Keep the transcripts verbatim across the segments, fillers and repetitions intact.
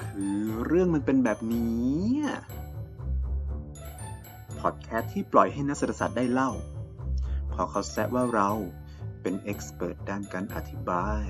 คือเรื่องมันเป็นแบบนี้พอดแคสต์ที่ปล่อยให้นักเศรษฐศาสตร์ได้เล่าพอเขาแซะว่าเราเป็นเอ็กซ์เพิร์ทด้านการอธิบาย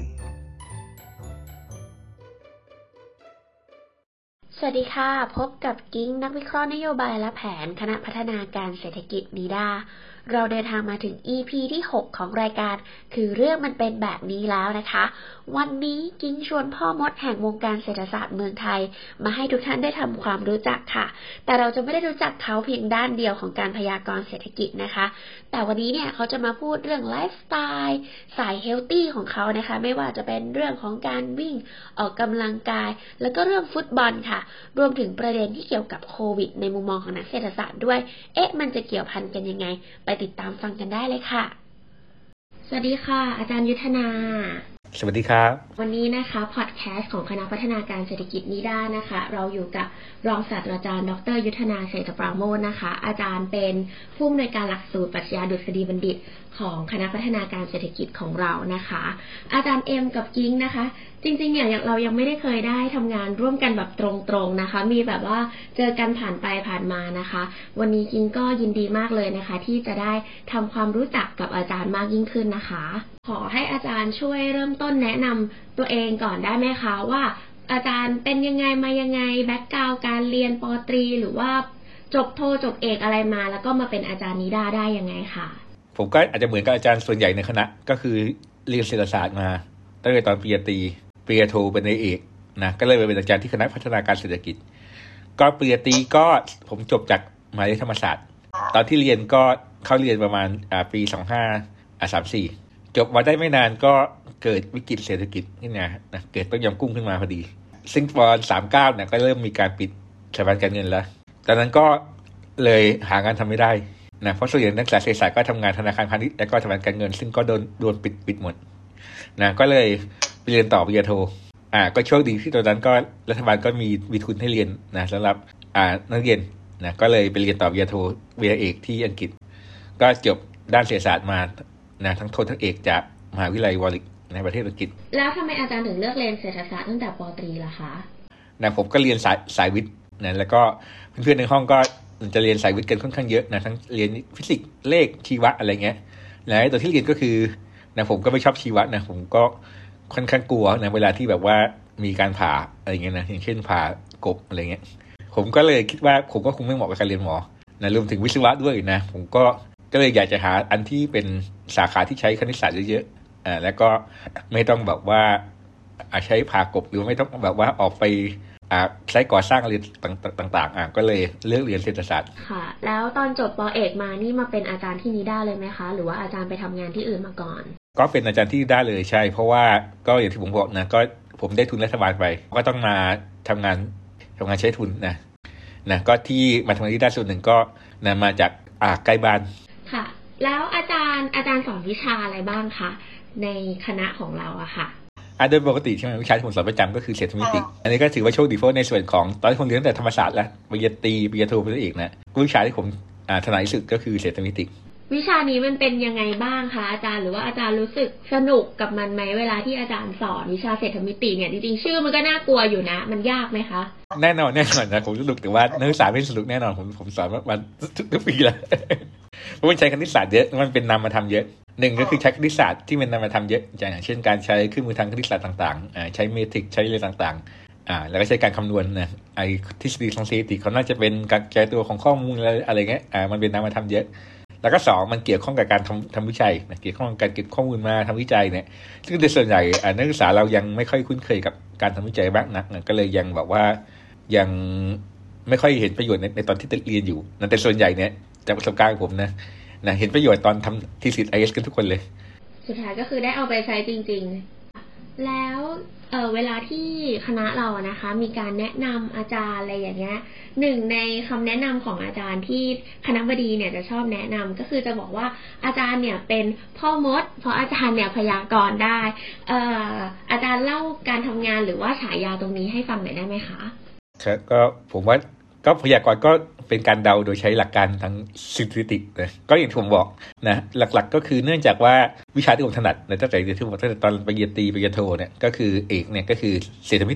สวัสดีค่ะพบกับกิ้งนักวิเคราะห์นโยบายและแผนคณะพัฒนาการเศรษฐกิจนีด้าเราเดินทางมาถึง อี พี ที่หกของรายการคือเรื่องมันเป็นแบบนี้แล้วนะคะวันนี้กิ้งชวนพ่อมดแห่งวงการเศรษฐศาสตร์เมืองไทยมาให้ทุกท่านได้ทำความรู้จักค่ะแต่เราจะไม่ได้รู้จักเขาเพียงด้านเดียวของการพยากรณ์เศรษฐกิจนะคะแต่วันนี้เนี่ยเขาจะมาพูดเรื่องไลฟ์สไตล์สายเฮลตี้ของเขานะคะไม่ว่าจะเป็นเรื่องของการวิ่งออกกำลังกายแล้วก็เรื่องฟุตบอลค่ะรวมถึงประเด็นที่เกี่ยวกับโควิดในมุมมองของนักเศรษฐศาสตร์ด้วยเอ๊ะมันจะเกี่ยวพันกันยังไงไปติดตามฟังกันได้เลยค่ะสวัสดีค่ะอาจารย์ยุทธนาสวัสดีครับวันนี้นะคะพอดแคสต์ของคณะพัฒนาการเศรษฐกิจนิด้านะคะเราอยู่กับรองศาสตราจารย์ดรยุทธนาเศรษฐปราโมชนะคะอาจารย์เป็นผู้อำนวยการหลักสูตรปรัชญาดุษฎีบัณฑิตของคณะพัฒนาการเศรษฐกิจของเรานะคะอาจารย์เอ็มกับกิ้งนะคะจริงๆเนี่ยเรายังไม่ได้เคยได้ทำงานร่วมกันแบบตรงๆนะคะมีแบบว่าเจอกันผ่านไปผ่านมานะคะวันนี้กิ้งก็ยินดีมากเลยนะคะที่จะได้ทำความรู้จักกับอาจารย์มากยิ่งขึ้นนะคะขอให้อาจารย์ช่วยเริ่มต้นแนะนำตัวเองก่อนได้ไหมคะว่าอาจารย์เป็นยังไงมายังไงแบ็คกราวด์การเรียนปอตรีหรือว่าจบโทจบเอกอะไรมาแล้วก็มาเป็นอาจารย์นิด้าได้ยังไงค่ะผมก็อาจจะเหมือนกับอาจารย์ส่วนใหญ่ในคณะก็คือเรียนเศรษฐศาสตร์มาตั้งแต่ตอนปริญญาตรีปริญญาโทเป็นในเอกนะก็เลยไปเป็นอาจารย์ที่คณะพัฒนาการเศรษฐกิจก็ปริญญาตรีก็ผมจบจากมหาวิทยาลัยธรรมศาสตร์ตอนที่เรียนก็เข้าเรียนประมาณอ่าปีสองพันห้าร้อยสามสิบสี่จบมาได้ไม่นานก็เกิดวิกฤตเศรษฐกิจขึ้นมานะเกิดต้มยำกุ้งขึ้นมาพอดีซึ่งตอนสามสิบเก้าเนี่ยก็เริ่มมีการปิดสถาบันการเงินแล้วตอนนั้นก็เลยหางานทำไม่ได้นะเพราะส่วนใหญ่นักศึกษาเศรษฐศาสตร์ก็ทำงานธนาคารพาณิชย์และก็สถาบันการเงินซึ่งก็โดนโดนปิดปิดหมดนะก็เลยไปเรียนต่อปริญญาโทอ่าก็โชคดีที่ตอนนั้นก็รัฐบาลก็มีมีทุนให้เรียนนะสำหรับอ่านักเรียนนะก็เลยไปเรียนต่อปริญญาโทปริญญาเอกที่อังกฤษก็จบด้านเศรษฐศาสตร์มานะทั้งโททั้งเอกจากมหาวิทยาลัยวอริกในประเทศอังกฤษแล้วทำไมอาจารย์ถึงเลือกเรียนเศรษฐศาสตร์ตั้งแต่ป.ตรีล่ะคะนะผมก็เรียนสายสายวิทย์นะแล้วก็เพื่อนๆในห้องก็จะเรียนสายวิทย์กันค่อนข้างเยอะนะทั้งเรียนฟิสิกส์เลขชีวะอะไรเงี้ยแล้วตัวที่เรียนก็คือนะผมก็ไม่ชอบชีวะนะผมก็ค่อนข้างกลัวนะเวลาที่แบบว่ามีการผ่าอะไรเงี้ยนะอย่างเช่นผ่ากบอะไรเงี้ยผมก็เลยคิดว่าผมก็คงไม่เหมาะกับการเรียนหมอนะรวมถึงวิศวะด้วยนะผมก็ก็เลยอยากจะหาอันที่เป็นสาขาที่ใช้คณิตศาสตร์เยอะๆอ่าแล้วก็ไม่ต้องแบบว่าใช้ผ่ากบหรือไม่ต้องแบบว่าออกไปอ่าใช้ก่อสร้างอะไรต่างๆอ่าก็เลยเลือกเรียนเศรษฐศาสตร์ค่ะแล้วตอนจบป.เอกมานี่มาเป็นอาจารย์ที่นิด้าเลยไหมคะหรือว่าอาจารย์ไปทำงานที่อื่นมาก่อนก็เป็นอาจารย์ที่นิด้าเลยใช่เพราะว่าก็อย่างที่ผมบอกนะก็ผมได้ทุนรัฐบาลไปก็ต้องมาทำงานทำงานใช้ทุนนะนะก็ที่มาทำงานที่นิด้าส่วนหนึ่งก็นะมาจากอ่าใกล้บ้านค่ะแล้วอาจารย์อาจารย์สอนวิชาอะไรบ้างคะในคณะของเราอะค่ะอ่าโดยปกติใช่ไหมวิชาที่ผมสอนประจำก็คือเศรษฐมิติอันนี้ก็ถือว่าโชคดีเพราะในส่วนของตอนที่ผมเรียนตั้งแต่ธรรมศาสตร์แล้วปริญญาตรีปริญญาโทปริญญาเอกนะวิชาที่ผมอ่าถนัดที่สุดก็คือเศรษฐมิติวิชานี้มันเป็นยังไงบ้างคะอาจารย์หรือว่าอาจารย์รู้สึกสนุกกับมันไหมเวลาที่อาจารย์สอนวิชาเศรษฐมิติเนี่ยจริงๆชื่อมันก็น่ากลัวอยู่นะมันยากไหมคะแน่นอนแน่นอนนะผมสนุกแต่ว่านักศึกษาไม่สนุกแน่นอนผมผมสอนมาทุกปีแล้วเพราะมันใช้คณิตศาสตร์เยอะมันเป็นนามธรรมเยอะหนึ่งก็คือใช้คณิตศาสตร์ที่เป็นนามธรรมเยอะอย่างเช่นการใช้เครื่องมือทางคณิตศาสตร์ต่างๆอ่าใช้เมทริกใช้อะไรต่างๆอ่าแล้วก็ใช้การคำนวณนะไอ้ทฤษฎีทางสถิติเขาน่าจะเป็นการกระจายตัวของข้อมูลอะไรอะไรเงี้ยอ่ามันเป็นนามธรรมเยอะแล้วก็สองมันเกี่ยวข้องกับการทำทำวิจัยนะเกี่ยวข้องกับการเก็บข้อมูลมาทำวิจัยเนี่ยซึ่งโดยส่วนใหญ่อ่านักศึกษาเรายังไม่ค่อยคุ้นเคยกับการทำวิจัยบ้างนักนะก็เลยยังแบบว่ายังไม่ค่อยเห็นประโยชน์ในในตอนที่เรียนอยู่นะแต่ส่วนใหญ่เนี่ยจากประสบการณ์ของผมนะนะเห็นประโยชน์ตอนทำทีสิทธิ์ ไอ เอส กันทุกคนเลยสุดท้ายก็คือได้เอาไปใช้จริงๆแล้วเออเวลาที่คณะเราอะนะคะมีการแนะนำอาจารย์อะไรอย่างเงี้ยหนึ่งในคำแนะนำของอาจารย์ที่คณบดีเนี่ยจะชอบแนะนำก็คือจะบอกว่าอาจารย์เนี่ยเป็นพ่อมดเพราะอาจารย์เนี่ยพยากรณ์ได้เอ่ออาจารย์เล่าการทำงานหรือว่าฉายาตรงนี้ให้ฟังหน่อยได้ไหมคะครับก็ผมว่าก็พยากรณ์ก็เป็นการเดาโดยใช้หลักการทางสถิตินะก็อย่างที่ผมบอกนะหลักๆก็คือเนื่องจากว่าวิชาที่ผมถนัดในตั้งแต่ที่ผมตั้งแต่ตอนปริญญาตรีปริญญาโทเนี่ยก็คือเอกเนี่ยก็คือเศรษฐมิติ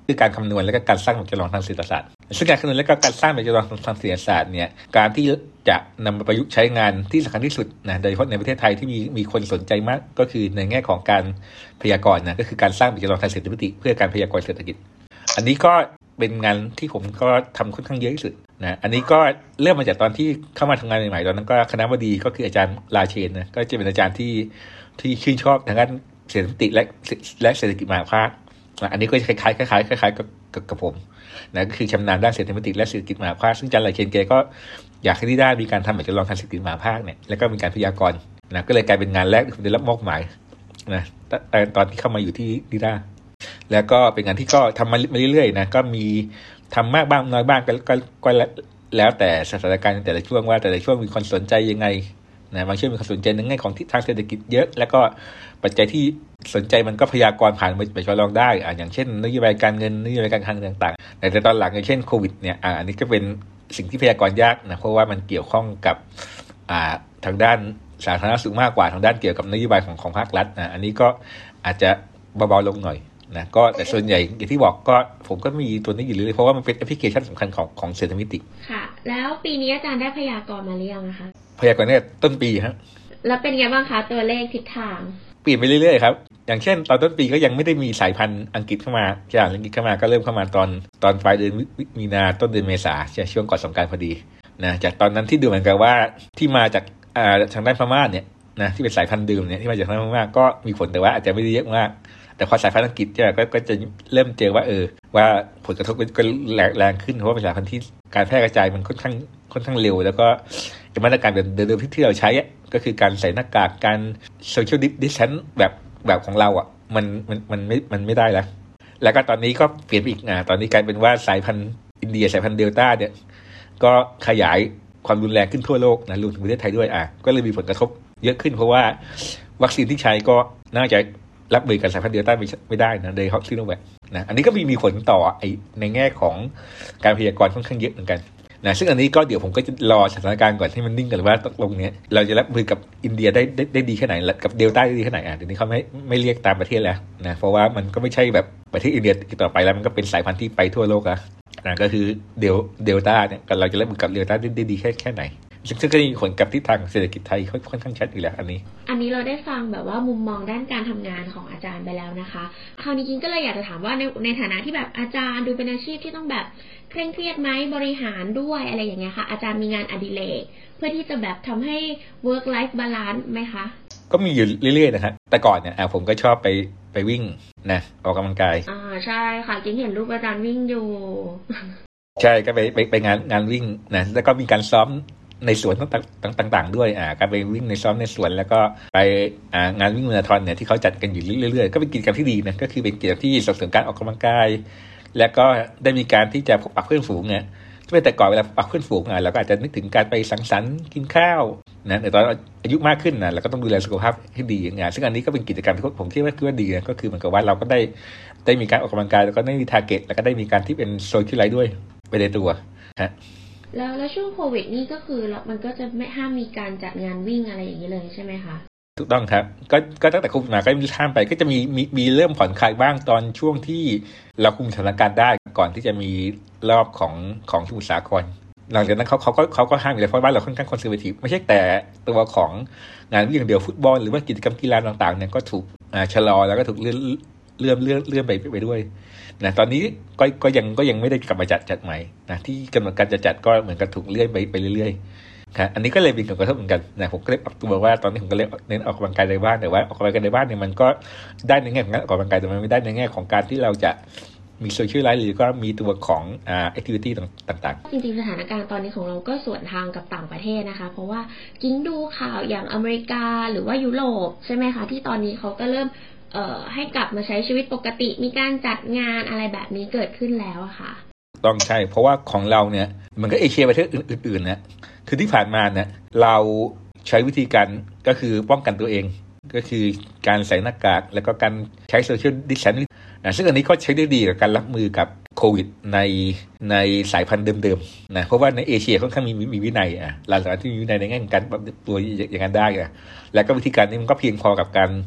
คือการคำนวณและก็การสร้างแบบจำลองทางเศรษฐศาสตร์ซึ่งการคำนวณและก็การสร้างแบบจำลองทางเศรษฐศาสตร์เนี่ยการที่จะนำมาประยุกต์ใช้งานที่สำคัญที่สุดนะโดยเฉพาะในประเทศไทยที่มีมีคนสนใจมากก็คือในแง่ของการพยากรณ์นะก็คือการสร้างแบบจำลองทางเศรษฐกิจเพื่อการพยากรณ์เศรษฐกิจอันนี้ก็เป็นงานที่ผมก็ทำค่อนข้างเยอะที่สุดนะอันนี้ก็เริ่มมาจากตอนที่เข้ามาทำงานใหม่ๆตอนนั้นก็คณบดีก็คืออาจารย์ราเชนนะก็จะเป็นอาจารย์ที่ที่ชื่นชอบทางด้านเศรษฐกิจและและเศรษฐกิจมหาภาคอันนี้ก็คล้ายๆคล้ายๆคล้ายๆกับกับผมนะก็คือชำนาญด้านเศรษฐกิจและเศรษฐกิจมหาภาคซึ่งอาจารย์ราเชนแกก็อยากให้ที่ได้มีการทำแบบจำลองทางเศรษฐกิจมหาภาคเนี่ยแล้วก็มีการพยากรณ์นะก็เลยกลายเป็นงานแรกที่ผมได้รับมอบหมายนะตอนที่เข้ามาอยู่ที่นิด้าแล้วก็เป็นงานที่ก็ทำมาเรื่อยๆนะก็มีทำมากบ้างน้อยบ้างก็ก็ก็แล้วแต่สถานการณ์แต่ละช่วงว่าแต่ละช่วงมีคนสนใจยังไงนะบางช่วงมีคนสนใจในแง่ของทิศทางเศรษฐกิจเยอะแล้วก็ปัจจัยที่สนใจมันก็พยากรณ์ผ่านไปจำลองได้อ่าอย่างเช่นนโยบายการเงินนโยบายการคลังต่างๆแต่ตอนหลังอย่างเช่นโควิดเนี่ยอ่าอันนี้ก็เป็นสิ่งที่พยากรณ์ยากนะเพราะว่ามันเกี่ยวข้องกับอ่าทางด้านสาธารณสุขมากกว่าทางด้านเกี่ยวกับนโยบายของของภาครัฐนะอันนี้ก็อาจจะเบาๆลงหน่อยนะก็แต่ส่วนใหญ่อย่างที่บอกก็ผมก็มีตัวนี้อยู่เลยเพราะว่ามันเป็นแอปพลิเคชันสำคัญของของเศรษฐมิติค่ะแล้วปีนี้อาจารย์ได้พยากรณ์มาหรือยังคะพยากรณ์เนี่ยต้นปีครับแล้วเป็นไงบ้างคะตัวเลขทิศทางเปลี่ยนไปเรื่อยๆครับอย่างเช่นตอนต้นปีก็ยังไม่ได้มีสายพันธุ์อังกฤษเข้ามาจากอังกฤษเข้ามาก็เริ่มเข้ามาตอนตอนปลายเดือนมีนาต้นเดือนเมษาช่วงก่อนสงกรานต์พอดีนะจากตอนนั้นที่ดูเหมือนกันว่าที่มาจากอ่าทางด้านพม่าเนี่ยนะที่เป็นสายพันธุ์ดื่มเนี่ยที่มาจากทางพม่าก็มีผลแต่ว่าอาจจะไม่ได้เยอะมากแต่พอสายพันธุ์อังกฤษเนี่ย ก, ก็จะเริ่มเจอว่าเออว่าผลกระทบก็แรงขึ้นเพราะว่าเป็นสายพันธุ์ที่การแพร่กระจายมันค่อนข้างค่อนข้างเร็วแล้วก็มาตรการเดิมๆที่เราใช้ก็คือการใส่หน้ากากการ social distance แบบแบบของเราอ่ะมันมันมันไม่มันไม่ได้แล้วแล้วก็ตอนนี้ก็เปลี่ยนไปอีกนะตอนนี้กลายเป็นว่าสายพันธุ์อินเดียสายพันธุ์เดลต้าเนี่ยก็ขยายความรุนแรงขึ้นทั่วโลกนะรวมถึงประเทศไทยด้วยอ่ะก็เลยมีผลกระทบเยอะขึ้นเพราะว่าวัคซีนที่ใช้ก็น่าจะรับมือกับสายพันธุ์เดลต้าไม่ได้นะโดยเฉพาะซิโนแวคนะอันนี้ก็มีมีผลต่อไอในแง่ของการพยากรณ์ค่อนข้างเยอะเหมือนกันนะซึ่งอันนี้ก็เดี๋ยวผมก็จะรอสถานการณ์ก่อนให้มันนิ่งกันว่าตกลงเนี้ยเราจะรับมือกับอินเดียได้ได้ได้ดีแค่ไหนกับเดลต้าได้ดีแค่ไหนอ่ะเดี๋ยวนี้เขาไม่ไม่เรียกตามประเทศแล้วนะเพราะว่ามันก็ไม่ใช่แบบประเทศอินเดียต่อไปแล้วมันก็เป็นสายพันธุ์ที่ไปทั่วโลกแล้วนะก็คือเดลเดลต้าเนี่ยเราจะรับมือกับเดลต้าได้ได้ดีแค่แค่ไหนซึ่งก็มีผลกับทิศทางเศรษฐกิจไทยค่อนข้างชัดอยู่แล้วอันนี้อันนี้เราได้ฟังแบบว่ามุมมองด้านการทำงานของอาจารย์ไปแล้วนะคะคราวนี้จริงก็เลยอยากจะถามว่าในในฐานะที่แบบอาจารย์ดูเป็นอาชีพที่ต้องแบบเคร่งเครียดไหมบริหารด้วยอะไรอย่างเงี้ยค่ะอาจารย์มีงานอดิเรกเพื่อที่จะแบบทำให้ work life balance ไหมคะก็มีอยู่เรื่อยๆนะครับแต่ก่อนเนี่ยผมก็ชอบไปไปวิ่งนะออกกำลังกายอ่าใช่ค่ะจริงเห็นรูปอาจารย์วิ่งอยู่ใช่ก็ไปไปไปงานงานวิ่งนะแล้วก็มีการซ้อมในสวนต่างๆด้วยอ่าการไปวิ่งในซ้อมในสวนแล้วก็ไปอ่างานวิ่งมาราธอนเนี่ยที่เขาจัดกันอยู่เรื่อยๆก็เป็นกิจกรรมที่ดีนะก็คือเป็นกิจกรรมที่ส่งเสริมการออกกำลังกายแล้วก็ได้มีการที่จะพบปะเพื่อนฝูงเนี่ยที่แต่ก่อนเวลาพบปะเพื่อนฝูงอ่ะเราก็อาจจะนึกถึงการไปสังสรรค์กินข้าวนะแต่ตอนอายุมากขึ้นนะเราก็ต้องดูแลสุขภาพให้ดีอย่างเงี้ยซึ่งอันนี้ก็เป็นกิจกรรมที่ผมคิดว่าคือว่าดีนะก็คือเหมือนกับว่าเราก็ได้ได้มีการออกกำลังกายแล้วก็ได้มีทาร์เก็ตแล้วก็ได้มีการที่เป็นโซเชียลไลฟ์ด้วยไปในตัวฮะแล้วแล้วช่วงโควิดนี่ก็คือมันก็จะไม่ห้ามมีการจัดงานวิ่งอะไรอย่างนี้เลยใช่ไหมคะถูกต้องครับก็ก็ตั้งแต่โควิดมาก็มีห้ามไปก็จะมีมีมีเริ่มผ่อนคลายบ้างตอนช่วงที่เราคุมสถานการณ์ได้ก่อนที่จะมีรอบของของสมุทรสาครหลังจากนั้นเขาเขาก็เขาก็ห้ามอยู่เลยเพราะว่าเราค่อนข้างคอนเซอร์เวทีฟไม่ใช่แต่ตัวของงานวิ่งอย่างเดียวฟุตบอลหรือว่ากิจกรรมกีฬาต่างๆเนี่ยก็ถูกอ่าชะลอแล้วก็ถูกเลื่อนเลื่อนเลื่อนเลื่อนไปไปด้วยนะตอนนี้ก็ก็ยังก็ยังไม่ได้กลับมาจัดจัดใหม่นะที่กำหนดการจะจัดก็เหมือนกับถูกเลื่อนไปไปเรื่อยๆครับอันนี้ก็เลยมีผลกระทบเหมือนกันนะผมก็เลยปรับตัวว่าตอนนี้ผมก็เลยเน้นออกกำลังกายในบ้านแต่ว่าออกกำลังกายในบ้านเนี่ยมันก็ได้ในแง่ของการออกกำลังกายแต่มันไม่ได้ในแง่ของการที่เราจะมีโซเชียลไลฟ์หรือก็มีตัวของอ่าแอคทิวิตี้ต่างๆจริงๆสถานการณ์ตอนนี้ของเราก็สวนทางกับต่างประเทศนะคะเพราะว่ากิ้งดูข่าวอย่างอเมริกาหรือว่ายุโรปใช่ไหมคะที่ตอนนี้เขาก็เริ่มเอ่อให้กลับมาใช้ชีวิตปกติมีการจัดงานอะไรแบบนี้เกิดขึ้นแล้วอะค่ะต้องใช่เพราะว่าของเราเนี่ยมันก็เอเชียประเทศอื่นๆนะคือที่ผ่านมาเนี่ยเราใช้วิธีการก็คือป้องกันตัวเองก็คือการใส่หน้ากากแล้วก็การใช้โซเชียลดิสแทนซ์นะซึ่งอันนี้ก็ใช้ได้ดีกับการรับมือกับโควิดในในสายพันธุ์เดิมๆนะเพราะว่าในเอเชียค่อนข้างมีมีวินัยอ่ะหลายสถานที่มีวินัยในแง่ของการปรับตัวอย่างนั้นได้อ่ะแล้วก็วิธีการนี้มันก็เพียงพอกับการ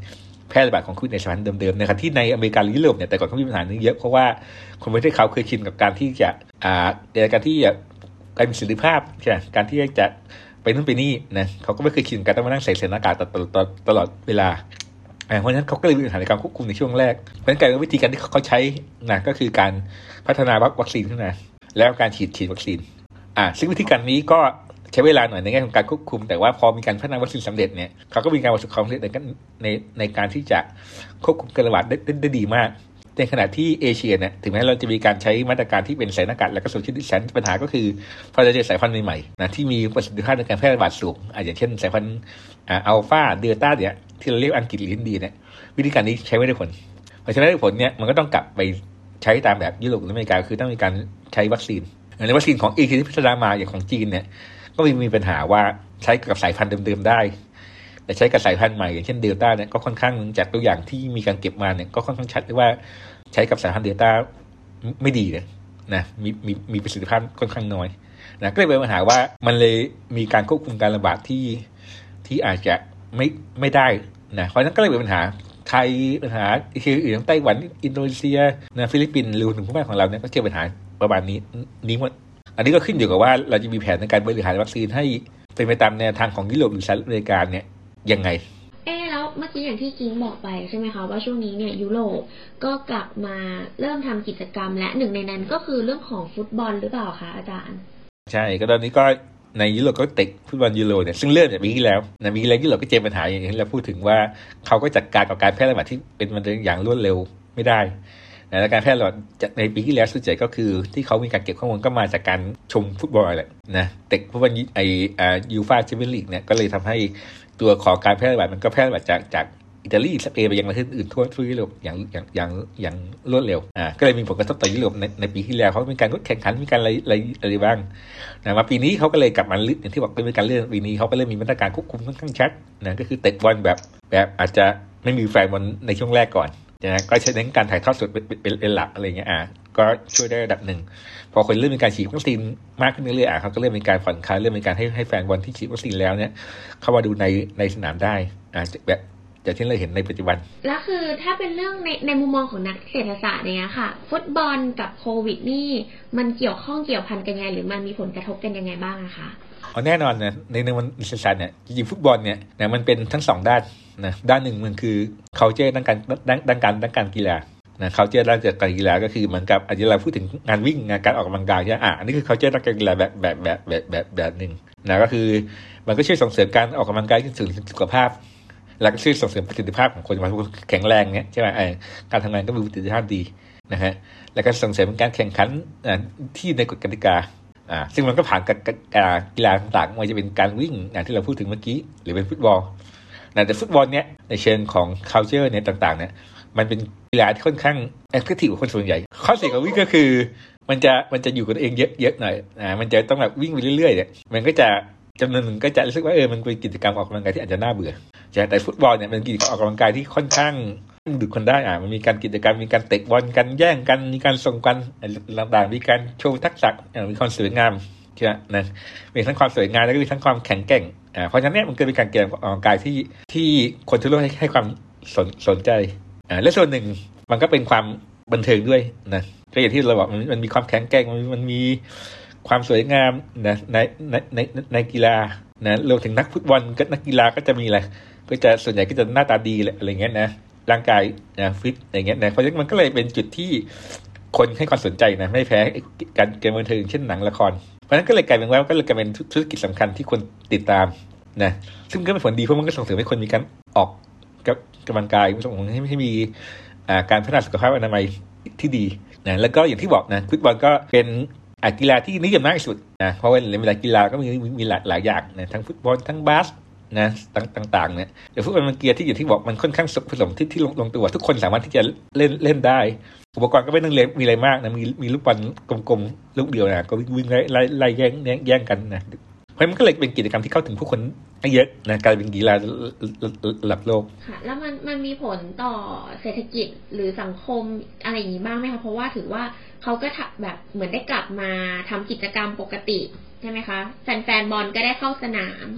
แพร่ระบาดของโควิดในสายพันธุ์เดิมๆนะครับที่ในอเมริกาหรือยุโรปเนี่ยแต่ก่อนเขามีปัญหานี้เยอะเพราะว่าคนประเทศเขาเคยชินกับการที่จะอ่าในการที่จะการมีเสรีภาพใช่การที่จะไปนู่นไปนี่นะเขาก็ไม่เคยชินกับการต้องมานั่งใส่หน้ากากตลอดเวลาเพราะฉะนั้นเขาก็เลยมีปัญหาในการควบคุมในช่วงแรกเพราะฉะนั้นการวิธีการที่เขาใช้นะก็คือการพัฒนาวัคซีนขึ้นมาแล้วการฉีดฉีดวัคซีนอ่าซึ่งวิธีการนี้ก็ใช้เวลาหน่อยในแง่ของการควบคุมแต่ว่าพอมีการพัฒนาวัคซีนสำเร็จเนี่ยเขาก็มีการประสบความสำเร็จในในในการที่จะควบคุมการระบาดได้ได้ดีมากในขณะที่เอเชียเนี่ยถึงแม้เราจะมีการใช้มาตรการที่เป็นใส่หน้ากากและก็โซเชียลดิสแทนซ์ปัญหาก็คือพอเราเจอสายพันธุ์ใหม่ๆนะที่มีประสิทธิภาพในการแพร่ระบาดสูงอ่าอย่างเช่นสายพันธุ์อัลฟาเดลต้าเนี่ยที่เราเรียกอังกฤษหรือฮินดีเนี่ยวิธีการนี้ใช้ไม่ได้ผลเพราะฉะนั้นผลเนี่ยมันก็ต้องกลับไปใช้ตามแบบยุโรปหรืออเมริกาคือต้องมีการใช้วัคซีนในวัคซีนของเอเชียที่พัฒนามาอย่างของจีนเนี่ยก็มีมีปัญหาว่าใช้กับสายพันธุ์เดิมๆได้แต่ใช้กับสายพันธุ์ใหม่อย่างเช่นเดลต้าเนี่ยก็ค่อนข้างจากตัวอย่างที่มีการเก็บมาเนี่ยก็ค่อนข้างชัดเลยว่าใช้กับสายพันธุ์เดลต้าไม่ดีเลยนะมีมีมีประสิทธิภาพค่อนข้างน้อยนะก็เลยเป็นปัญหาว่ามันเลยมีการควบคุมการระบาดที่ที่อาจจะไม่ไม่ได้นะเพราะฉะนั้นก็เลยเป็นปัญหาไทยปัญหาคืออื่นไต้หวันอินโดนีเซียนะฟิลิปปินส์รวมถึงพวกแม่ของเราเนี่ยก็เจอปัญหาประมาณนี้นี้หมดอันนี้ก็ขึ้นอยู่กับว่าเราจะมีแผนในการบริหารวัคซีนให้เป็นไปตามแนวทางของยุโรปหรือสหรัฐอเมริกาเนี่ยยังไงเอ๊แล้วเมื่อกี้อย่างที่กิ้งบอกไปใช่ไหมคะว่าช่วงนี้เนี่ยยุโรปก็กลับมาเริ่มทำกิจกรรมและหนึ่งในนั้นก็คือเรื่องของฟุตบอลหรือเปล่าคะอาจารย์ใช่ก็ตอนนี้ก็ในยุโรปก็เตะฟุตบอลยูโรเนี่ยซึ่งเริ่มจากปีที่แล้วนะปีที่แล้วยุโรปก็เจอปัญหาอย่างที่เราพูดถึงว่าเขาก็จัดการกับการแพร่ระบาดที่เป็นมันอย่างรวดเร็วไม่ได้นะและการแพร่ระบาดในปีที่แล้วส่วนใหญ่ก็คือที่เขามีการเก็บข้อมูลก็มาจากการชมฟุตบอลแหละนะเตะฟุตบอลไออ่ายูฟ่าแชมเปี้ยนลีกเนี่ยก็เลยทำให้ตัวของการแพร่ระบาดมันก็แพร่ระบาดจากจากอิตาลีสเปนไปยังประเทศอื่นทั่วทั่วยุโรปอย่างอย่างอย่างอย่างรวดเร็วอ่าก็เลยมีผลกระทบต่อยุโรปในในปีที่แล้วเขามีการแข่งขันมีการอะไรอะไรอะไรบ้างนะมาปีนี้เขาก็เลยกลับมาอย่างที่บอกเป็นการเลื่อนปีนี้เขาก็เลยมีมาตรการควบคุมค่อนข้างชัดนะก็คือเตะบอลแบบแบบอาจจะไม่มีแฟนบอลในช่วงแรกก่อนนะก็ใช้เน้นการถ่ายทอดสดเป็นเป็นเป็นหลักอะไรเงี้ยอ่าก็ช่วยได้ระดับหนึ่งพอคนเริ่มมีการฉีดวัคซีนมากขึ้นเรื่อยๆอ่ะเขาก็เริ่มมีการผ่อนคลายเริ่มมีการให้ให้แฟนบอลที่ฉีดวัคซีนแล้วเนี่ยเข้ามาดูในในสนามได้อ่าแบบจากที่เราเห็นในปัจจุบันแล้วคือถ้าเป็นเรื่องในในมุมมองของนักเศรษฐศาสตร์เนี่ยค่ะฟุตบอลกับโควิดนี่มันเกี่ยวข้องเกี่ยวพันกันยังไงหรือมันมีผลกระทบกันยังไงบ้างอะคะอ๋อแน่นอนนะในในวันเศรษฐศาสตร์เนี่ยจริงๆฟุตบอลเนี่ยนะมันเป็นทั้งสองด้านนะด้านหนึ่งมันคือ culture ด้านการด้านด้านการด้านการกีฬานะ culture ด้านการกีฬาก็คือเหมือนกับอันนี้เราพูดถึงงานวิ่งงานการออกกำลังกายใช่ไหมอ่ะอันนี้คือ culture ด้านการกีฬาแบบแบบแบบแบบแบบแบบหนึ่งนะก็คือมันก็ช่วยส่งเสริมการออกกำลังกายถึงสุขภาพแล้วก็ช่วยส่งเสริมประสิทธิภาพของคนมาแข็งแรงเงี้ยใช่ไหมไอ้การทำงานก็มีประสิทธิภาพดีนะฮะแล้วก็ส่งเสริมการแข่งขันที่ในกฎกติกาอ่าซึ่งมันก็ผ่านกับกีฬาต่างๆไม่ว่าจะเป็นการวิ่งอย่างที่เราพูดถึงเมื่อกี้หรือเป็นฟุตบอลแต่ฟุตบอลเนี้ยในเชิงของ culture เนี่ยต่างๆเนี่ยมันเป็นกีฬาที่ค่อนข้าง active กว่าคนส่วนใหญ่ข้อเสียของวิ่งก็คือมันจะมันจะอยู่กับตัวเองเยอะๆหน่อยอ่ามันจะต้องแบบวิ่งไปเรื่อยๆเนี่ยมันก็จะจำนวนหนึ่งก็จะรู้สึกว่าเออมันเป็นกิจกรรมออกกำลังกายที่อาจจะน่าเบื่อแต่ฟุตบอลเนี่ยเป็นกิจกรรมออกกำลังกายที่ค่อนข้างดึกคนได้อ่ะมันมีการกิจกรรมมีการเตะบอลกันแย่งกันมีการส่งกันต่างๆมีการโชว์ทักษะมีความสวยงามใช่ไหมนะมีทั้งความสวยงามแล้วก็มีทั้งความแข็งแกร่งอ่าเพราะฉะนั้นเนี่ยมันเกิดเป็นการเกมออกกำลังกายที่ที่คนทั่วโลกให้ให้ความสนสนใจอ่าและส่วนหนึ่งมันก็เป็นความบันเทิงด้วยนะก็อย่างที่เราบอกมันมันมีความแข็งแกร่งมันมันมีความสวยงามนะในในในในกีฬานะรวมถึงนักฟุตบอลก็นักกีฬาก็จะมีอะไรก็จะส่วนใหญ่ก็จะหน้าตาดีอะไรเงี้ยนะร่างกายนะฟิตอะไรเงี้ยนะเพราะฉะนั้นมันก็เลยเป็นจุดที่คนให้ความสนใจนะไม่แพ้การเกมบันเทิงเช่นหนังละครเพราะฉะนั้นก็เลยกลายเป็นว่าก็เลยกลายเป็นธุรกิจสำคัญที่คนติดตามนะซึ่งก็เป็นผลดีเพราะมันก็ส่งเสริมให้คนมีการออกกำลังกายส่งเสริมให้ให้มีการพัฒนาสุขภาพอนามัยที่ดีนะแล้วก็อย่างที่บอกนะฟุตบอลก็เป็นกีฬาที่นิยมมากที่สุดนะเพราะว่าในเวลากีฬาก็มีมีหลายหลายอย่างนะทั้งฟุตบอลทั้งบาสนะต่างๆเนี่ยแต่ฟุตบอลมันเกียร์ที่อย่างที่บอกมันค่อนข้างผสมที่ที่ลงลงตัวทุกคนสามารถที่จะเล่นเล่นได้อุปกรณ์ก็ไม่ต้องเล่นมีอะไรมากนะมีมีลูกบอลกลมๆลูกเดียวนะก็วิ่งไล่ไล่ไล่แย่งแย่งกันนะเพราะมันก็เลยเป็นกิจกรรมที่เข้าถึงผู้คนเยอะนะกลายเป็นกีฬาระดับโลกค่ะแล้วมันมันมีผลต่อเศรษฐกิจหรือสังคมอะไรอย่างนี้บ้างไหมคะเพราะว่าถือว่าเขาก็แบบเหมือนได้กลับมาทำกิจกรรมปกติใช่ไหมคะแฟนๆบอลก็ได้เข้าสนาม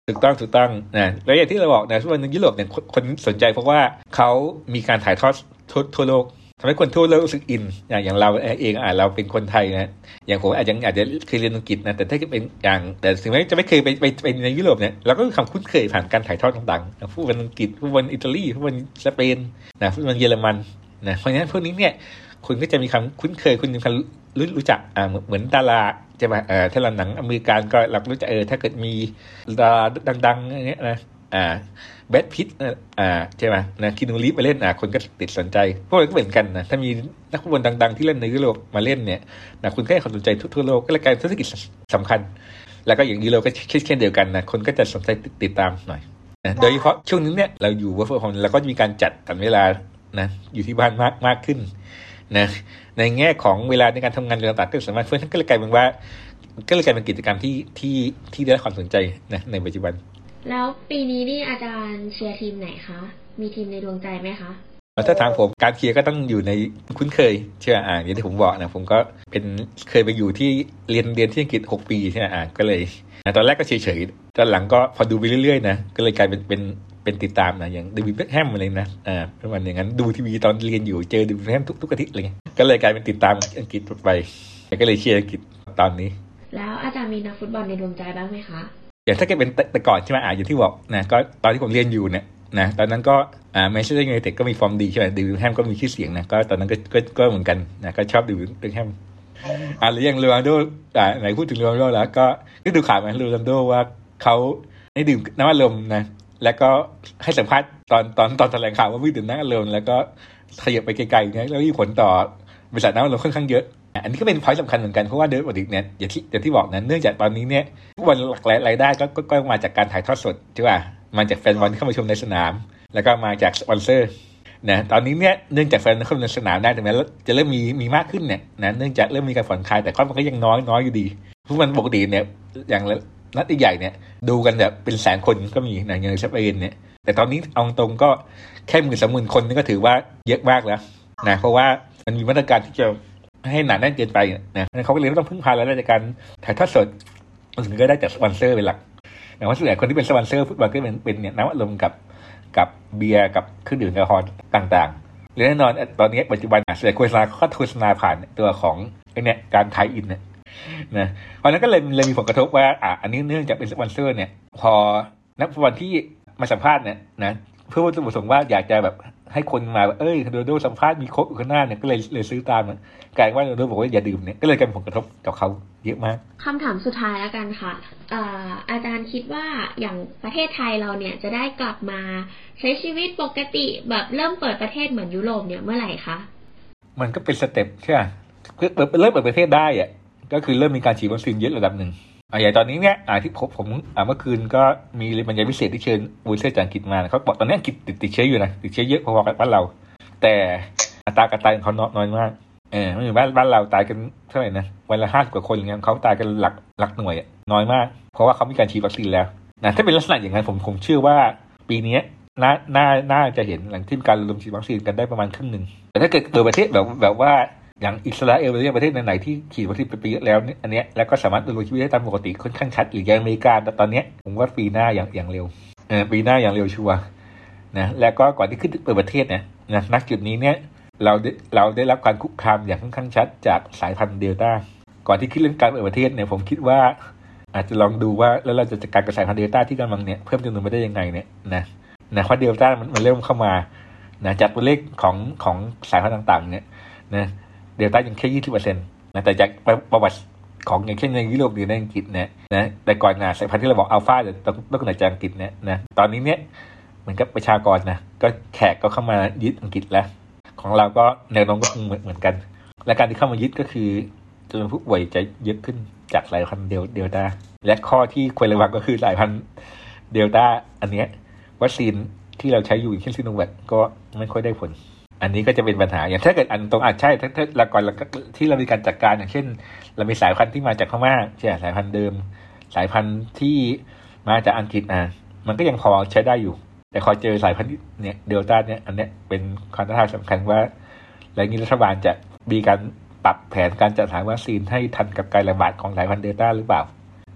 ถูกต้องถูกต้องนะแล้วอย่างที่เราบอกนะว่าในยุโรปเนี่ยคนสนใจเพราะว่าเขามีการถ่ายทอดทั่วโลกทำให้คนทั่วโลกรู้สึกอินอย่างอย่างเราเองอ่ะเราเป็นคนไทยนะอย่างผมอาจจะอาจจะเคยเรียนอังกฤษนะแต่ถ้าเป็นอย่างแต่ถึงแม้จะไม่เคยไปไปไปในยุโรปเนี่ยเราก็มีความคุ้นเคยผ่านการถ่ายทอดต่างๆผู้เป็นอังกฤษผู้เป็นอิตาลีผู้เป็นสเปนนะผู้เป็นเยอรมันนะเพราะฉะนั้นพวกนี้เนี่ยคุณก็จะมีความคุ้นเคยคุณมีความรู้รู้จักอ่าเหมือนดาราใช่ไหมเออถ้าเราหนังอเมริกันก็เรารู้จักเออถ้าเกิดมีดาราดังๆอย่างเงี้ยนะอ่าแบทพิทอ่าใช่ไหมนะคินูรีฟมาเล่นอ่ะคนก็ติดสนใจพวกเราก็เหมือนกันนะถ้ามีนักฟุตบอลดังๆที่เล่นในยุโรปมาเล่นเนี่ยนะคุณก็ให้ความสนใจทั่วโลกก็เลยกลายเป็นธุรกิจสำคัญแล้วก็อย่างยุโรปก็เช่นเดียวกันนะคนก็จะสนใจติดตามหน่อยนะโดยเฉพาะช่วงนี้เนี่ยเราอยู่เวิร์คฟรอมโฮมเราก็มีการจัดสรรเวลานะอยู่ที่บ้านมากมากขึ้นนะในแง่ของเวลาในการทำงานต่างๆก็สามารถเพื่อนก็เลยกลายเป็นว่าก็เลยกลายเป็นกิจกรรมที่ที่ที่ได้รับความสนใจนะในปัจจุบันแล้วปีนี้นี่อาจารย์เชียร์ทีมไหนคะมีทีมในดวงใจไหมคะถ้าทางผมการเชียร์ก็ต้องอยู่ในคุ้นเคยเชื่ออ่านอย่างที่ผมบอกนะผมก็เป็นเคยไปอยู่ที่เรียนเรียนที่อังกฤษหกปีใช่ไหมอ่านก็เลยนะตอนแรกก็เฉยๆตอนหลังก็พอดูไปเรื่อยๆนะก็เลยกลายเป็นเป็นเป็นติดตามนะอย่างเดวิดเบ็คแฮมอะไรนะอ่าประมาณอย่างนั้นดูทีวีตอนเรียนอยู่เจอเดวิดเบ็คแฮมทุกทุกอาทิตย์อะไรเงี้ยก็เลยกลายเป็นติดตามอังกฤษไปก็เลยเชียร์อังกฤษตอนนี้แล้วอาจารย์มีนักฟุตบอลในดวงใจบ้างไหมคะอย่างถ้าเกิดเป็นแต่ก่อนใช่ไหมอ่าอย่างที่บอกนะก็ตอนที่ผมเรียนอยู่เนี่ยนะตอนนั้นก็อ่าแมนเชสเตอร์ยูไนเต็ดก็มีฟอร์มดีใช่ไหมเดวิดเบ็คแฮมก็มีชื่อเสียงนะก็ตอนนั้นก็ก็ก็เหมือนกันนะก็ชอบเดวิดเบ็คแฮมอ่าแล้วอย่างโรนัลโดอ่าไหนพูดถึงโรนัลโดแล้วก็ได้ดูข่าวไหมโรนัลโดว่าเขาได้ดื่มน้ำอัดลมนะแล้วก็ให้สัมภาษณ์ตอนตอนตอนแถลงข่าวว่าไม่ดื่มน้ำอัดลมแล้วก็ขยับไปไกลๆเนี่ยแล้วมีผลต่อบริษัทน้ำอัดลมค่อนข้างเยอะอันนี้ก็เป็นพอยต์สำคัญเหมือนกันเพราะว่าโดยปกติเนี่ยอย่างที่อย่างที่บอกนะเนื่องจากตอนนี้เนี่ยผู้บอลหลักรายได้ก็ก็ก็มาจากการถ่ายทอดสดใช่ป่ะมาจากแฟนบอลที่เข้ามาชมในสนามแล้วก็มาจากสปอนเซอร์นะตอนนี้เนี่ยเนื่องจากแฟนเข้ามาในสนามได้แต่แม้จะเริ่มมีมีมากขึ้นเนี่ยนะเนื่องจากเริ่มมีการผ่อนคลายแต่ก็มันก็ยังน้อยน้อยอยู่ดีผู้บอลปกติเนี่ยอย่างนัดใหญ่เนี่ยดูกันแบบเป็นแสนคนก็มีนะอย่างในสเปนเนี่ยแต่ตอนนี้เอาตรงก็แค่หมื่นสองหมื่นคนนี่ก็ถือว่าเยอะมากแล้วนะเพราะว่ามันมีมาตรการที่จะให้หนาแน่นเกินไปนะเขาก็เลยต้องพึ่งพารายได้จากการถ่ายทอดสดถึงก็ได้จากสปอนเซอร์เป็นหลักแต่ว่าส่วนใหญ่คนที่เป็นสปอนเซอร์ฟุตบอลก็เป็นเป็นเนี่ยน้ำอัดลมกับกับเบียร์กับเครื่องดื่มแอลกอฮอล์ต่างๆและแน่นอนตอนนี้ปัจจุบันส่วนใหญ่โฆษณาเขาโฆษณาผ่านตัวของไอ้เนี่ยการไทยอินเนี่ยนะเพราะนั้นก็เลยเลยมีผลกระทบว่าอ่ะอันนี้เนื่องจากเป็นสปอนเซอร์เนี่ยพอนักฟุตบอลที่มาสัมภาษณ์เนี่ยนะเพื่อวัตถุประสงค์ว่าอยากจะแบบให้คนมาเอ้ยโรนัลโดสัมภาษณ์มีโค้ชอยู่ข้างหน้าเนี่ยก็เลยเลยซื้อตามมันกลายว่าโรนัลโดบอกว่าอย่าดื่มเนี่ยก็เลยกลายเป็นผลกระทบกับเขาเยอะมากคำถามสุดท้ายแล้วกันค่ะอ่าอาจารย์คิดว่าอย่างประเทศไทยเราเนี่ยจะได้กลับมาใช้ชีวิตปกติแบบเริ่มเปิดประเทศเหมือนยุโรปเนี่ยเมื่อไหร่คะมันก็เป็นสเต็ปใช่ไหมเปิดเริ่มเปิดประเทศได้อ่ะก็คือเริ่มมีการฉีดวัคซีนเยอะระดับหนึ่งอ่าอย่างตอนนี้เนี่ยอ่าที่ผมผมอ่าเมื่อคืนก็มีบรรยายพิเศษที่เชิญวูเซ่จากอังกฤษมาเขาบอกตอนนี้อังกฤษติดติดเชื้ออยู่นะติดเชื้อเยอะพอๆกับบ้านเราแต่อัตราการตายของเขาน้อยมากเออไม่เหมือนบ้านบ้านเราตายกันเท่าไหร่นะวันละห้าสิบกว่าคนอย่างเงี้ยเขาตายกันหลักหลักหน่วยน้อยมากเพราะว่าเขามีการฉีดวัคซีนแล้วนะถ้าเป็นลักษณะอย่างนั้นผมผมเชื่อว่าปีนี้น่าน่าน่าจะเห็นหลังที่การระดมฉีดวัคซีนกันได้ประมาณครึ่งนึงแต่ถ้าเกิดเปิดประเทศแบบแบบว่าอย่างอิสราเอลหรือประเทศไหนๆที่ฉีดวัคซีนไปเยอะแล้วเนี่ยอันเนี้ยแล้วก็สามารถดำรงชีวิตได้ตามปกติค่อนข้างชัดหรืออย่างอเมริกาแต่ตอนเนี้ยผมว่าปีหน้าอย่างอย่างเร็วเออปีหน้าอย่างเร็วชัวร์นะแล้วก็ก่อนที่ขึ้นเปิดประเทศเนี่ยนะณจุดนี้เนี่ยเราได้เราได้รับการคุกคามอย่างค่อนข้างชัดจากสายพันธุ์เดลต้าก่อนที่คิดเรื่องการเปิดประเทศเนี่ยผมคิดว่าอาจจะลองดูว่าแล้วเราจะจัดการกับสายพันธุ์เดลต้าที่กำลังเนี่ยเพิ่มจำนวนไปได้ยังไงเนี่ยนะนะเพราะเดลต้ามันมันเริ่มเข้ามานะจากตัวเลขของของสายพันธุ์ต่างๆเนี่ยนะเดลต้ายังแค่ ยี่สิบเปอร์เซ็นต์ นะแต่จากประวัติของอย่างเช่นในยุโรปหรือในอังกฤษเนี่ยนะแต่ก่อนนะสายพันธุ์ที่เราบอกอัลฟาเนี่ยต้องต้องเกิดจากอังกฤษเนี่ยนะตอนนี้เนี่ยเหมือนกับประชากรนะก็แขกก็เข้ามายึดอังกฤษแล้วของเราก็แนวโน้มก็คงเหมือนเหมือนกันและการที่เข้ามายึดก็คือจำนวนผู้ป่วยจะเยอะขึ้นจากสายพันธุ์เดลเดลต้าและข้อที่ควรระวังก็คือสายพันธุ์เดลต้าอันเนี้ยวัคซีนที่เราใช้อยู่อย่างเช่นซิโนแวคก็ไม่ค่อยได้ผลอันนี้ก็จะเป็นปัญหาอย่างถ้าเกิดอันตรงอาจใช่ถ้าถ้าละก่อนที่เรามีการจัดการอย่างเช่นเรามีสายพันธุ์ที่มาจากพม่าใช่สายพันธุ์เดิมสายพันธุ์ที่มาจากอังกฤษอ่ะมันก็ยังพอใช้ได้อยู่แต่พอเจอสายพันธุ์เนี่ยเดลต้าเนี่ยอันเนี้ยเป็นความท้าทายสำคัญว่าแล้วนี้รัฐบาลจะมีการปรับแผนการจัดหาวัคซีนให้ทันกับการระบาดของสายพันธุ์เดลต้าหรือเปล่า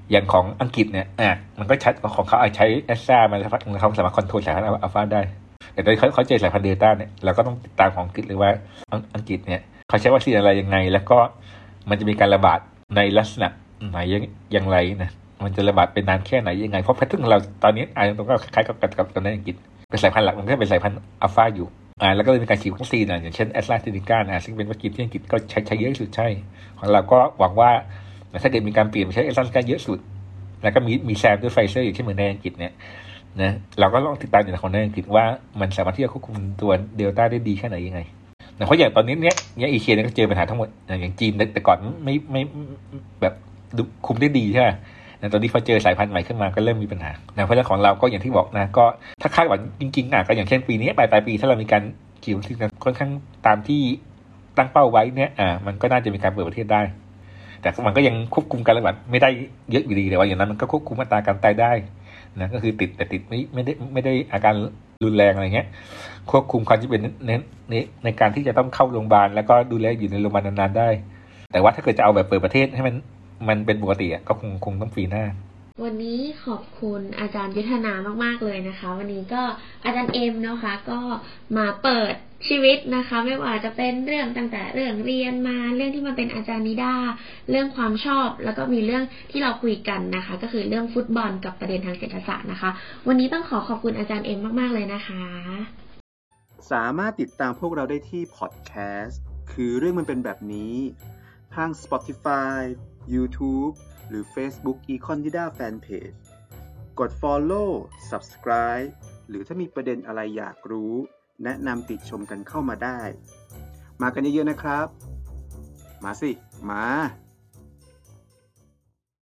อย่างของอังกฤษเนี่ยอ่ะมันก็ชัดของเขาใช้แอสตรามันเขาสามารถคอนโทรลสายพันธุ์อัลฟาได้แต่ตอนเขาเขาเจอสายพันธุ์เดลต้าเนี่ยเราก็ต้องติดตามของอังกฤษเลยว่าอังกฤษเนี่ยเขาใช้วัคซีนอะไรยังไงแล้วก็มันจะมีการระบาดในลักษณะไหนอย่างไรนะมันจะระบาดเป็นนานแค่ไหนยังไงเพราะแพทเทิร์นของเราตอนนี้อ่าตรงก็คล้ายๆกับกับตอนนั้นอังกฤษเป็นสายพันธุ์หลักมันก็เป็นสายพันธุ์อัลฟาอยู่อ่าแล้วก็เลยมีการฉีดวัคซีนอ่ะอย่างเช่นแอสตราเซเนกานะซึ่งเป็นวัคซีนที่อังกฤษก็ใช้ใช้เยอะที่สุดใช่ของเราก็หวังว่าถ้าเกิดมีการเปลี่ยนไปใช้แอสตราเซเนกาเยอะสุดแล้วก็มีมีแซมด้วยไฟเซอร์อย่างที่เหมือนในอังกฤษเนี่ยนะเราก็ต้องติดตามอย่างของในอังกฤษว่ามันสามารถที่จะควบคุมตัวเดลต้าได้ดีแค่ไหนยังไงนะเพราะอย่างตอนนี้เนี้ยเนี่ยเอเชียเนี่ยก็เจอปัญหาทั้งหมดอย่างจีนแต่ก่อนไม่ไม่แบบคุมได้ดีใช่ไหมตอนนี้พอเจอสายพันธุ์ใหม่ขึ้นมาก็เริ่มมีปัญหานะเพราะฉะนั้นของเราก็อย่างที่บอกนะก็ถ้าคาดหวังจริงๆอ่ะก็อย่างเช่นปีนี้ปลายปลายปีถ้าเรามีการฉีดวัคซีนกันค่อนข้างตามที่ตั้งเป้าไว้เนี่ยอ่ามันก็น่าจะมีการเปิดประเทศได้แต่มันก็ยังควบคุมการระบาดไม่ได้เยอะอยู่ดีแต่ว่าอย่างนั้นมันก็ควบคุมอัตราการตายได้นะก็คือติดแต่ติดไม่ไม่ได้ไม่ได้อาการรุนแรงอะไรเงี้ยควบคุมความจำเป็นในในในการที่จะต้องเข้าโรงพยาบาลแล้วก็ดูแลอยู่ในโรงพยาบาลนานๆได้แต่ว่าถ้าเกิดจะเอาแบบเปิดประเทศให้มันมันเป็นปกติอ่ะก็คงคงต้องปีหน้าวันนี้ขอบคุณอาจารย์ยุทธนามากๆเลยนะคะวันนี้ก็อาจารย์เอ็มนะคะก็มาเปิดชีวิตนะคะไม่ว่าจะเป็นเรื่องตั้งแต่เรื่องเรียนมาเรื่องที่มันเป็นอาจารย์นิด้าเรื่องความชอบแล้วก็มีเรื่องที่เราคุยกันนะคะก็คือเรื่องฟุตบอลกับประเด็นทางเศรษฐศาสตร์นะคะวันนี้ต้องขอขอบคุณอาจารย์เอ็มมากๆเลยนะคะสามารถติดตามพวกเราได้ที่พอดแคสต์คือเรื่องมันเป็นแบบนี้ทาง Spotify YouTube หรือ Facebook Econ Nida Fanpage กด Follow Subscribe หรือถ้ามีประเด็นอะไรอยากรู้แนะนำติชมกันเข้ามาได้มากันเยอะๆนะครับมาสิมา